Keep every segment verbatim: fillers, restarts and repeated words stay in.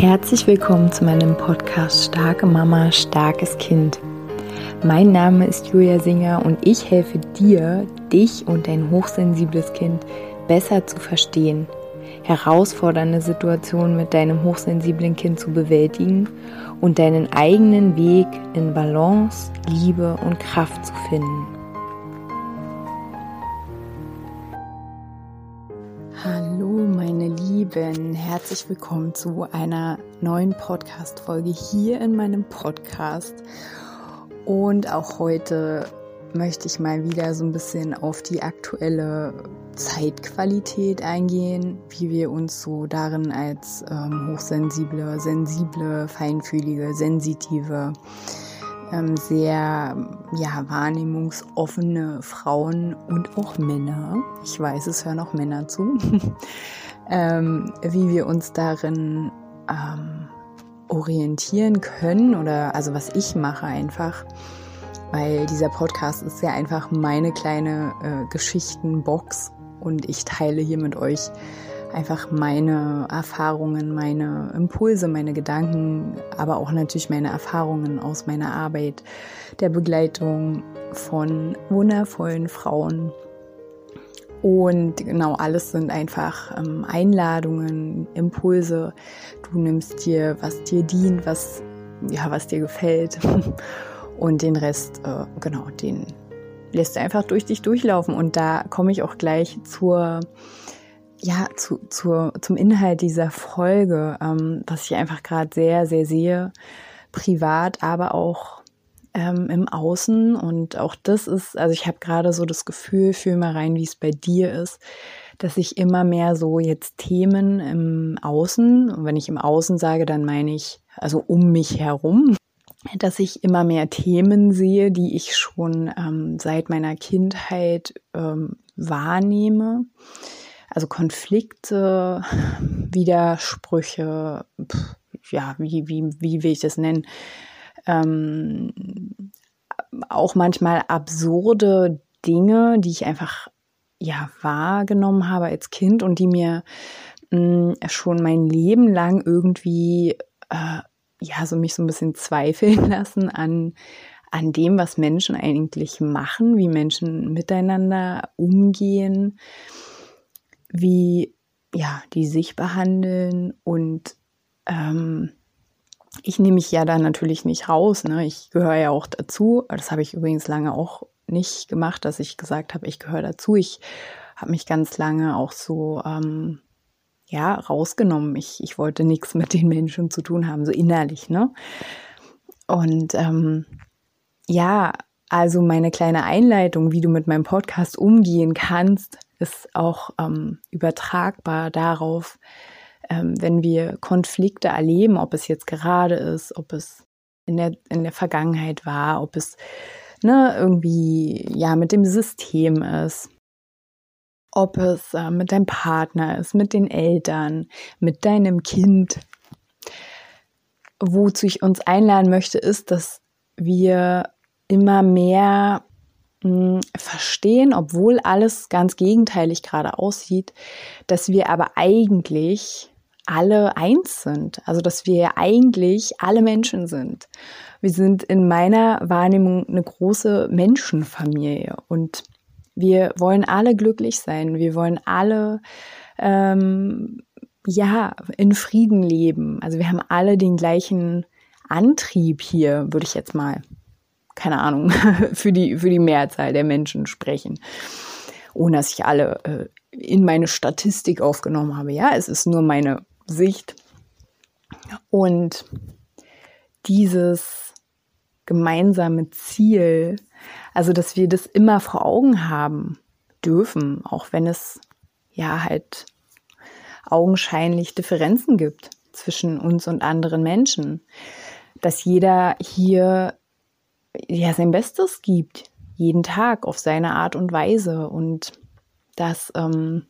Herzlich willkommen zu meinem Podcast Starke Mama, starkes Kind. Mein Name ist Julia Singer und ich helfe dir, dich und dein hochsensibles Kind besser zu verstehen, herausfordernde Situationen mit deinem hochsensiblen Kind zu bewältigen und deinen eigenen Weg in Balance, Liebe und Kraft zu finden. Hallo meine Lieben, herzlich willkommen zu einer neuen Podcast-Folge hier in meinem Podcast. Und auch heute möchte ich mal wieder so ein bisschen auf die aktuelle Zeitqualität eingehen, wie wir uns so darin als ähm, hochsensible, sensible, feinfühlige, sensitive, ähm, sehr ja, wahrnehmungsoffene Frauen und auch Männer, ich weiß, es hören auch Männer zu, ähm, wie wir uns darin ähm, orientieren können oder also was ich mache einfach, weil dieser Podcast ist ja einfach meine kleine äh, Geschichtenbox und ich teile hier mit euch einfach meine Erfahrungen, meine Impulse, meine Gedanken, aber auch natürlich meine Erfahrungen aus meiner Arbeit, der Begleitung von wundervollen Frauen. Und genau, alles sind einfach ähm, Einladungen, Impulse. Du nimmst dir, was dir dient, was, ja, was dir gefällt. Und den Rest, äh, genau, den lässt du einfach durch dich durchlaufen. Und da komme ich auch gleich zur, ja, zu, zur, zum Inhalt dieser Folge, ähm, was ich einfach gerade sehr, sehr sehe, privat, aber auch ähm, im Außen. Und auch das ist, also ich habe gerade so das Gefühl, fühl mal rein, wie es bei dir ist, dass ich immer mehr so jetzt Themen im Außen, und wenn ich im Außen sage, dann meine ich also um mich herum, dass ich immer mehr Themen sehe, die ich schon ähm, seit meiner Kindheit ähm, wahrnehme. Also Konflikte, Widersprüche, pff, ja, wie, wie, wie will ich das nennen? Ähm, auch manchmal absurde Dinge, die ich einfach ja wahrgenommen habe als Kind und die mir mh, schon mein Leben lang irgendwie äh, ja so mich so ein bisschen zweifeln lassen an an dem, was Menschen eigentlich machen, wie Menschen miteinander umgehen, wie ja die sich behandeln. Und ähm, ich nehme mich ja da natürlich nicht raus, ne? Ich gehöre ja auch dazu. Das habe ich übrigens lange auch nicht gemacht, dass ich gesagt habe, ich gehöre dazu. Ich habe mich ganz lange auch so ähm, ja rausgenommen. Ich, ich wollte nichts mit den Menschen zu tun haben, so innerlich, ne? Und ähm, ja, also meine kleine Einleitung, wie du mit meinem Podcast umgehen kannst, ist auch ähm, übertragbar darauf, ähm, wenn wir Konflikte erleben, ob es jetzt gerade ist, ob es in der, in der Vergangenheit war, ob es ne, irgendwie ja mit dem System ist, ob es äh, mit deinem Partner ist, mit den Eltern, mit deinem Kind. Wozu ich uns einladen möchte, ist, dass wir immer mehr mh, verstehen, obwohl alles ganz gegenteilig gerade aussieht, dass wir aber eigentlich alle eins sind. Also, dass wir eigentlich alle Menschen sind. Wir sind in meiner Wahrnehmung eine große Menschenfamilie und wir wollen alle glücklich sein. Wir wollen alle ähm, ja in Frieden leben. Also wir haben alle den gleichen Antrieb hier, würde ich jetzt mal, keine Ahnung, für die für die Mehrzahl der Menschen sprechen, ohne dass ich alle äh, in meine Statistik aufgenommen habe. Ja, es ist nur meine Sicht. Und dieses gemeinsame Ziel, also dass wir das immer vor Augen haben dürfen, auch wenn es ja halt augenscheinlich Differenzen gibt zwischen uns und anderen Menschen, dass jeder hier ja sein Bestes gibt, jeden Tag auf seine Art und Weise und dass ähm,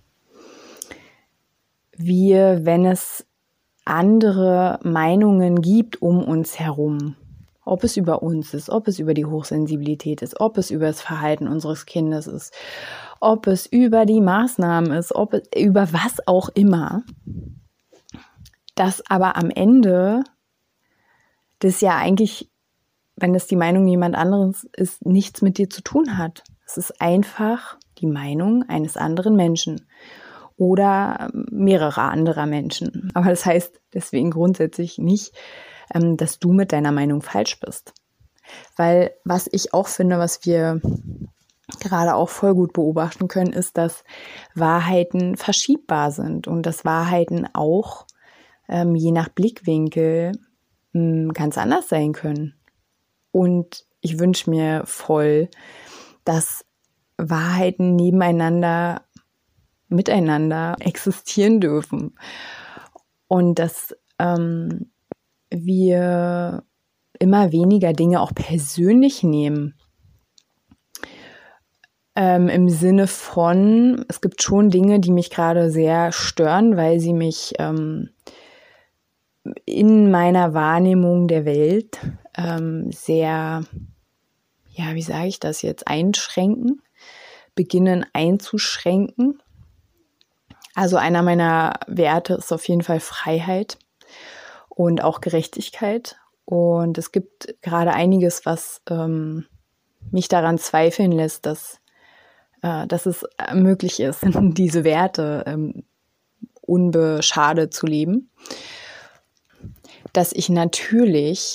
wir, wenn es andere Meinungen gibt um uns herum, ob es über uns ist, ob es über die Hochsensibilität ist, ob es über das Verhalten unseres Kindes ist, ob es über die Maßnahmen ist, ob es über was auch immer, dass aber am Ende das ja eigentlich, wenn das die Meinung jemand anderes ist, nichts mit dir zu tun hat. Es ist einfach die Meinung eines anderen Menschen oder mehrerer anderer Menschen. Aber das heißt deswegen grundsätzlich nicht, dass du mit deiner Meinung falsch bist. Weil was ich auch finde, was wir gerade auch voll gut beobachten können, ist, dass Wahrheiten verschiebbar sind und dass Wahrheiten auch ähm, je nach Blickwinkel mh, ganz anders sein können. Und ich wünsche mir voll, dass Wahrheiten nebeneinander, miteinander existieren dürfen und dass ähm, wir immer weniger Dinge auch persönlich nehmen. Ähm, im Sinne von, es gibt schon Dinge, die mich gerade sehr stören, weil sie mich ähm, in meiner Wahrnehmung der Welt ähm, sehr, ja, wie sage ich das jetzt, einschränken, beginnen einzuschränken. Also einer meiner Werte ist auf jeden Fall Freiheit und auch Gerechtigkeit. Und es gibt gerade einiges, was ähm, mich daran zweifeln lässt, dass, äh, dass es möglich ist, diese Werte ähm, unbeschadet zu leben. Dass ich natürlich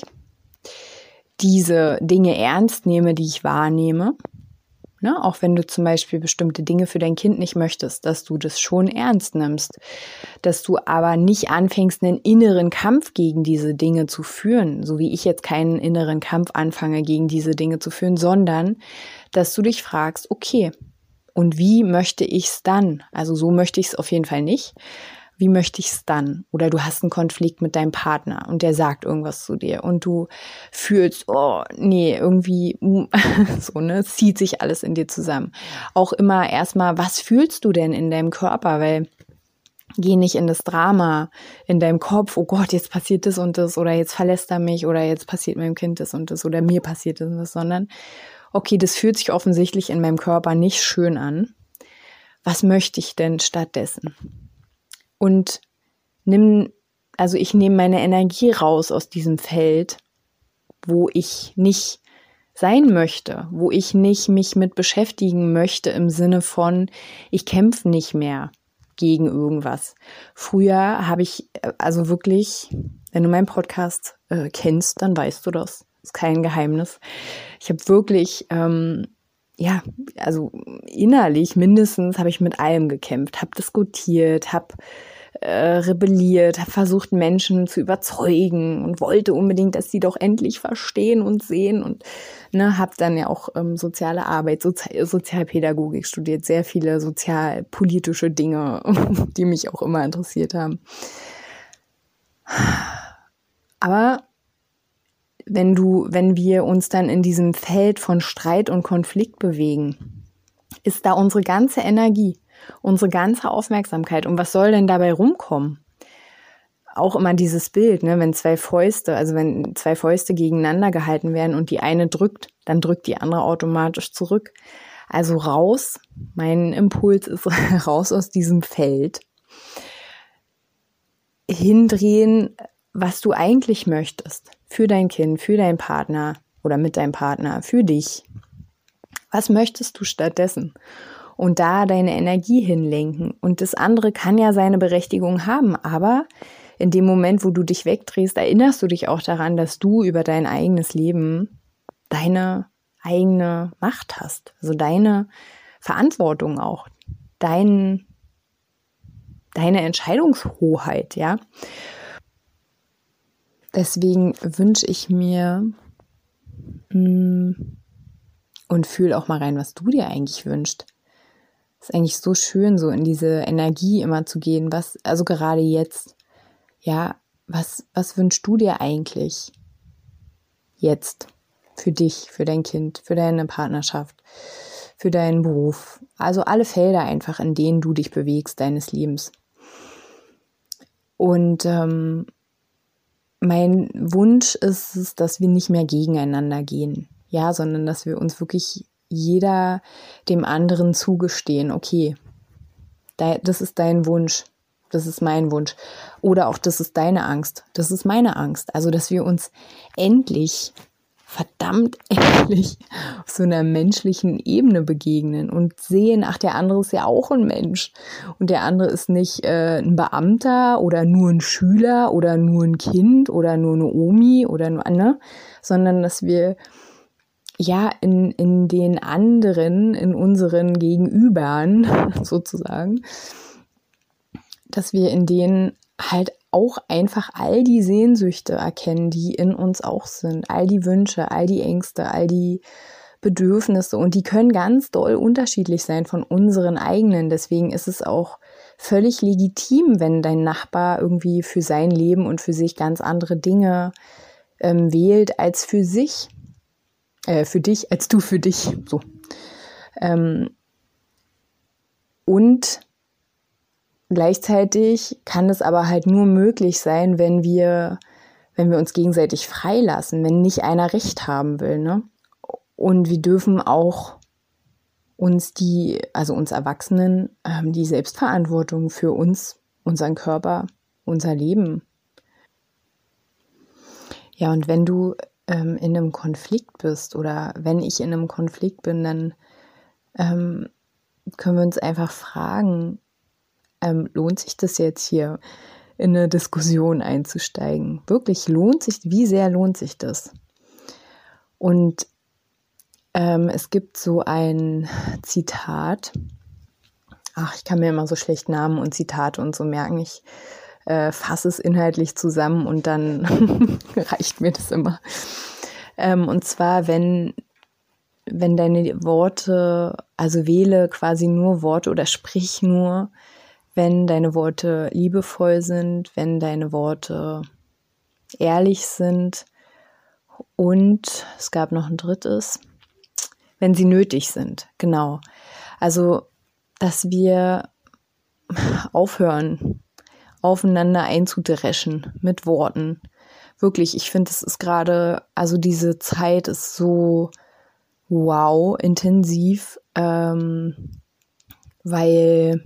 diese Dinge ernst nehme, die ich wahrnehme. Ne? Auch wenn du zum Beispiel bestimmte Dinge für dein Kind nicht möchtest, dass du das schon ernst nimmst. Dass du aber nicht anfängst, einen inneren Kampf gegen diese Dinge zu führen, so wie ich jetzt keinen inneren Kampf anfange, gegen diese Dinge zu führen, sondern dass du dich fragst, okay, und wie möchte ich es dann? Also so möchte ich es auf jeden Fall nicht. Wie möchte ich es dann? Oder du hast einen Konflikt mit deinem Partner und der sagt irgendwas zu dir und du fühlst, oh, nee, irgendwie so, ne, es zieht sich alles in dir zusammen. Auch immer erstmal, was fühlst du denn in deinem Körper? Weil geh nicht in das Drama in deinem Kopf, oh Gott, jetzt passiert das und das oder jetzt verlässt er mich oder jetzt passiert meinem Kind das und das oder mir passiert das und das, sondern okay, das fühlt sich offensichtlich in meinem Körper nicht schön an. Was möchte ich denn stattdessen? Und nimm, also ich nehme meine Energie raus aus diesem Feld, wo ich nicht sein möchte, wo ich nicht mich mit beschäftigen möchte im Sinne von, ich kämpfe nicht mehr gegen irgendwas. Früher habe ich, also wirklich, wenn du meinen Podcast äh, kennst, dann weißt du das. Das ist kein Geheimnis. Ich habe wirklich, ähm, ja, also innerlich mindestens habe ich mit allem gekämpft, habe diskutiert, habe äh, rebelliert, habe versucht, Menschen zu überzeugen und wollte unbedingt, dass sie doch endlich verstehen und sehen und ne, habe dann ja auch ähm, soziale Arbeit, Sozi- Sozialpädagogik studiert, sehr viele sozialpolitische Dinge, die mich auch immer interessiert haben. Aber wenn du, wenn wir uns dann in diesem Feld von Streit und Konflikt bewegen, ist da unsere ganze Energie, unsere ganze Aufmerksamkeit. Und was soll denn dabei rumkommen? Auch immer dieses Bild, ne, wenn zwei Fäuste, also wenn zwei Fäuste gegeneinander gehalten werden und die eine drückt, dann drückt die andere automatisch zurück. Also raus, mein Impuls ist raus aus diesem Feld. Hindrehen, was du eigentlich möchtest. Für dein Kind, für deinen Partner oder mit deinem Partner, für dich. Was möchtest du stattdessen? Und da deine Energie hinlenken. Und das andere kann ja seine Berechtigung haben, aber in dem Moment, wo du dich wegdrehst, erinnerst du dich auch daran, dass du über dein eigenes Leben deine eigene Macht hast. Also deine Verantwortung auch. Dein, deine Entscheidungshoheit, ja. Deswegen wünsche ich mir mh, und fühle auch mal rein, was du dir eigentlich wünschst. Ist eigentlich so schön, so in diese Energie immer zu gehen. Was, also gerade jetzt, ja, was, was wünschst du dir eigentlich jetzt für dich, für dein Kind, für deine Partnerschaft, für deinen Beruf? Also alle Felder einfach, in denen du dich bewegst, deines Lebens. Und ähm, mein Wunsch ist es, dass wir nicht mehr gegeneinander gehen, ja, sondern dass wir uns wirklich jeder dem anderen zugestehen, okay, das ist dein Wunsch, Das ist mein Wunsch. Oder auch, das ist deine Angst. Das ist meine Angst. Also, dass wir uns endlich, verdammt endlich, auf so einer menschlichen Ebene begegnen und sehen, ach, der andere ist ja auch ein Mensch. Und der andere ist nicht äh, ein Beamter oder nur ein Schüler oder nur ein Kind oder nur eine Omi oder nur, ne? Sondern dass wir ja in, in den anderen, in unseren Gegenübern sozusagen, dass wir in denen halt auch einfach all die Sehnsüchte erkennen, die in uns auch sind, all die Wünsche, all die Ängste, all die Bedürfnisse, und die können ganz doll unterschiedlich sein von unseren eigenen. Deswegen ist es auch völlig legitim, wenn dein Nachbar irgendwie für sein Leben und für sich ganz andere Dinge ähm, wählt als für sich, äh, für dich, als du für dich. So. Ähm, und Gleichzeitig kann es aber halt nur möglich sein, wenn wir, wenn wir uns gegenseitig freilassen, wenn nicht einer Recht haben will, ne? Und wir dürfen auch uns die, also uns Erwachsenen, ähm, die Selbstverantwortung für uns, unseren Körper, unser Leben. Ja, und wenn du ähm, in einem Konflikt bist oder wenn ich in einem Konflikt bin, dann ähm, können wir uns einfach fragen, Ähm, lohnt sich das jetzt hier in eine Diskussion einzusteigen? Wirklich, lohnt sich, wie sehr lohnt sich das? Und ähm, es gibt so ein Zitat, ach, ich kann mir immer so schlecht Namen und Zitate und so merken, ich äh, fasse es inhaltlich zusammen und dann reicht mir das immer. Ähm, und zwar, wenn wenn deine Worte, also wähle quasi nur Worte oder sprich nur, wenn deine Worte liebevoll sind, wenn deine Worte ehrlich sind und es gab noch ein drittes, wenn sie nötig sind, genau. Also, dass wir aufhören, aufeinander einzudreschen mit Worten. Wirklich, ich finde, es ist gerade, also diese Zeit ist so wow, intensiv, ähm, weil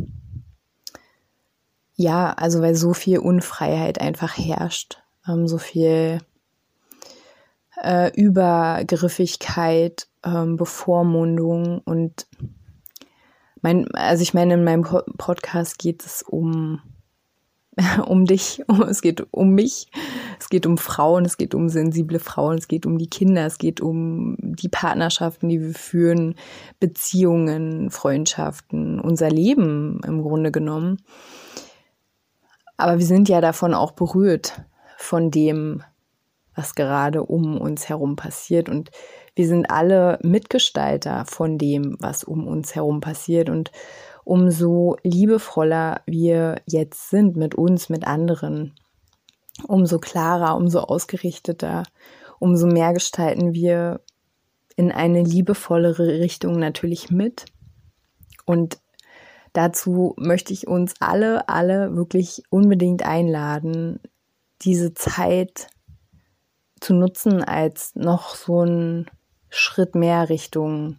Ja, also weil so viel Unfreiheit einfach herrscht, ähm, so viel äh, Übergriffigkeit, ähm, Bevormundung und mein, also ich meine, in meinem Podcast geht es um um dich, es geht um mich, es geht um Frauen, es geht um sensible Frauen, es geht um die Kinder, es geht um die Partnerschaften, die wir führen, Beziehungen, Freundschaften, unser Leben im Grunde genommen. Aber wir sind ja davon auch berührt, von dem, was gerade um uns herum passiert. Und wir sind alle Mitgestalter von dem, was um uns herum passiert. Und umso liebevoller wir jetzt sind mit uns, mit anderen, umso klarer, umso ausgerichteter, umso mehr gestalten wir in eine liebevollere Richtung natürlich mit. Und dazu möchte ich uns alle, alle wirklich unbedingt einladen, diese Zeit zu nutzen als noch so ein Schritt mehr Richtung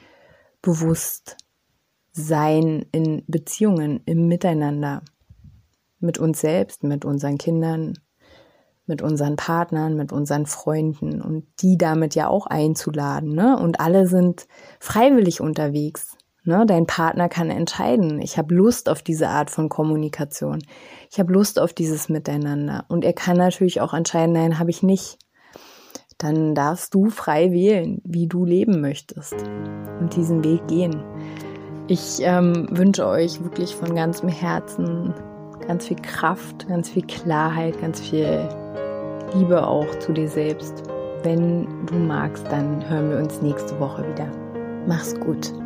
Bewusstsein in Beziehungen, im Miteinander, mit uns selbst, mit unseren Kindern, mit unseren Partnern, mit unseren Freunden und die damit ja auch einzuladen, ne? Und alle sind freiwillig unterwegs. Ne, dein Partner kann entscheiden, ich habe Lust auf diese Art von Kommunikation, ich habe Lust auf dieses Miteinander, und er kann natürlich auch entscheiden, nein, habe ich nicht. Dann darfst du frei wählen, wie du leben möchtest und diesen Weg gehen. Ich ähm, wünsche euch wirklich von ganzem Herzen ganz viel Kraft, ganz viel Klarheit, ganz viel Liebe auch zu dir selbst. Wenn du magst, dann hören wir uns nächste Woche wieder. Mach's gut.